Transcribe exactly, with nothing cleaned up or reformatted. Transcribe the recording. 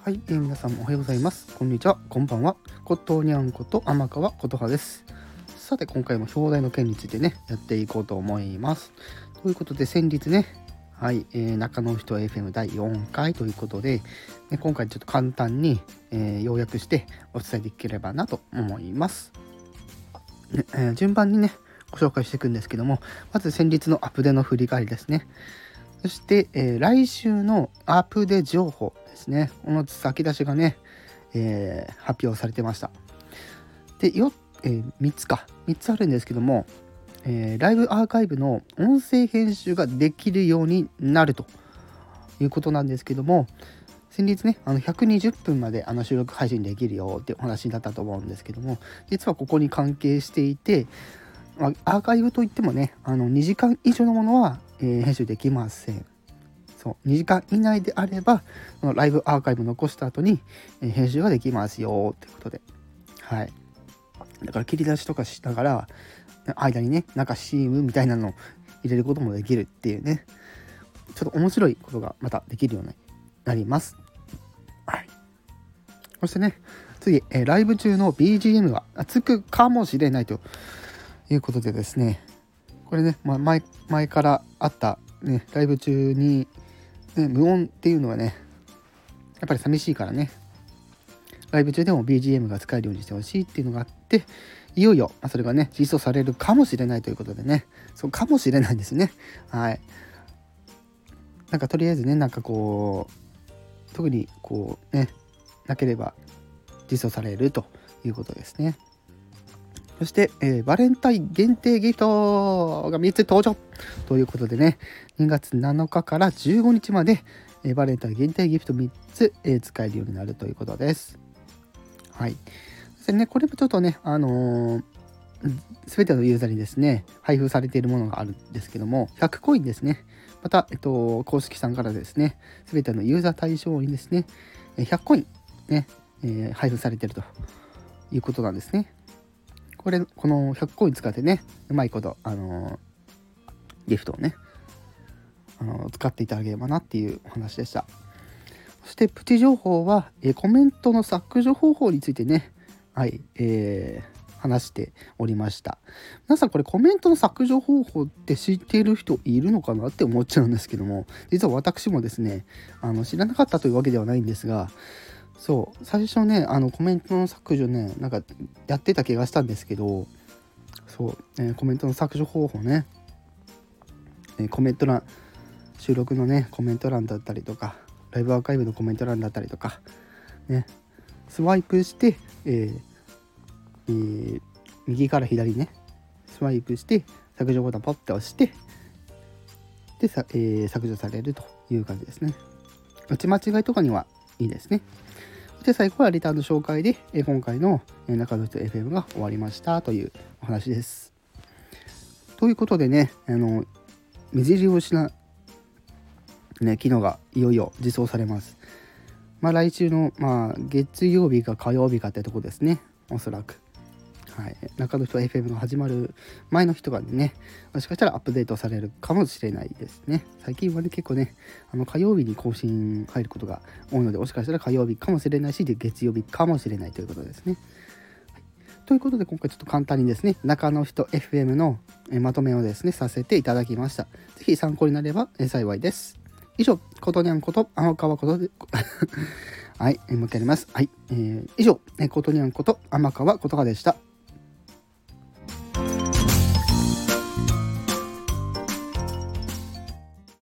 はい、えー、皆さんおはようございます。こんにちは、こんばんは。ことにゃんこと天川ことはです。さて、今回も表題の件についてね、やっていこうと思います。ということで、先日ね、はい、えー、中の人 エフエム だいよんかいということで、ね、今回ちょっと簡単に、えー、要約してお伝えできればなと思います。ねえー、順番にね、ご紹介していくんですけども、まず先日のアップデの振り返りですね。そして、えー、来週のアップデ情報ですね。この先出しがね、えー、発表されてました。で、よ、えー、みっつか。みっつあるんですけども、えー、ライブアーカイブの音声編集ができるようになるということなんですけども、先日ね、あのひゃくにじゅっぷんまであの収録配信できるよってお話だったと思うんですけども、実はここに関係していて、まあ、アーカイブといってもね、あのにじかん以上のものは、えー、編集できません。そうにじかん以内であれば、そのライブアーカイブ残した後に、えー、編集ができますよということで、はい。だから切り出しとかしながら、間にね、なんか シーエム みたいなのを入れることもできるっていうね、ちょっと面白いことがまたできるようになります。はい。そしてね、次、えー、ライブ中の ビージーエム がつくかもしれないということでですね、これね、まあ、前, 前からあった、ね、ライブ中に、ね、無音っていうのはね、やっぱり寂しいからね、ライブ中でも ビージーエム が使えるようにしてほしいっていうのがあって、いよいよ、まあ、それがね、実装されるかもしれないということでね、そうかもしれないんですね。はい。なんかとりあえずね、なんかこう、特にこうね、なければ実装されるということですね。そして、えー、バレンタイン限定ギフトがみっつ登場ということでね、にがつなのかからじゅうごにちまで、えー、バレンタイン限定ギフトみっつ、えー、使えるようになるということです。はい。そしてね、これもちょっとね、あのー、全てのユーザーにですね、配布されているものがあるんですけども、ひゃくコインですね。また、えっと、公式さんからですね、全てのユーザー対象にですね、ひゃくコインね、えー、配布されているということなんですね。これ、このひゃくコイン使ってね、うまいこと、あのー、ギフトをね、あのー、使っていただければなっていうお話でした。そしてプチ情報は、えー、コメントの削除方法についてね、はい、えー、話しておりました。皆さんこれコメントの削除方法って知っている人いるのかなって思っちゃうんですけども、実は私もですね、あの知らなかったというわけではないんですが、そう最初ね、あのコメントの削除ね、なんかやってた気がしたんですけど、そう、えー、コメントの削除方法ね、えー、コメント欄、収録のねコメント欄だったりとか、ライブアーカイブのコメント欄だったりとかね、スワイプして、えーえー、右から左ねスワイプして削除ボタンポッて押してでさ、えー、削除されるという感じですね。打ち間違いとかにはいいですね。で最後はリターンの紹介で、えー、今回の中の人 エフエム が終わりましたというお話です。ということでね、あの目尻押しなね、機能がいよいよ実装されます。まあ来週の、まあ、月曜日か火曜日かってとこですね、おそらく。はい、中の人 エフエム が始まる前の日とかにね、もしかしたらアップデートされるかもしれないですね。最近はね、結構ね、あの火曜日に更新入ることが多いので、もしかしたら火曜日かもしれないし、で月曜日かもしれないということですね。はい、ということで、今回ちょっと簡単にですね、中の人 エフエム のまとめをですね、させていただきました。ぜひ参考になれば幸いです。以上、ことにゃんこと天川ことではい、もう一回やります。はい、えー、以上、ことにゃんこと天川ことかでした。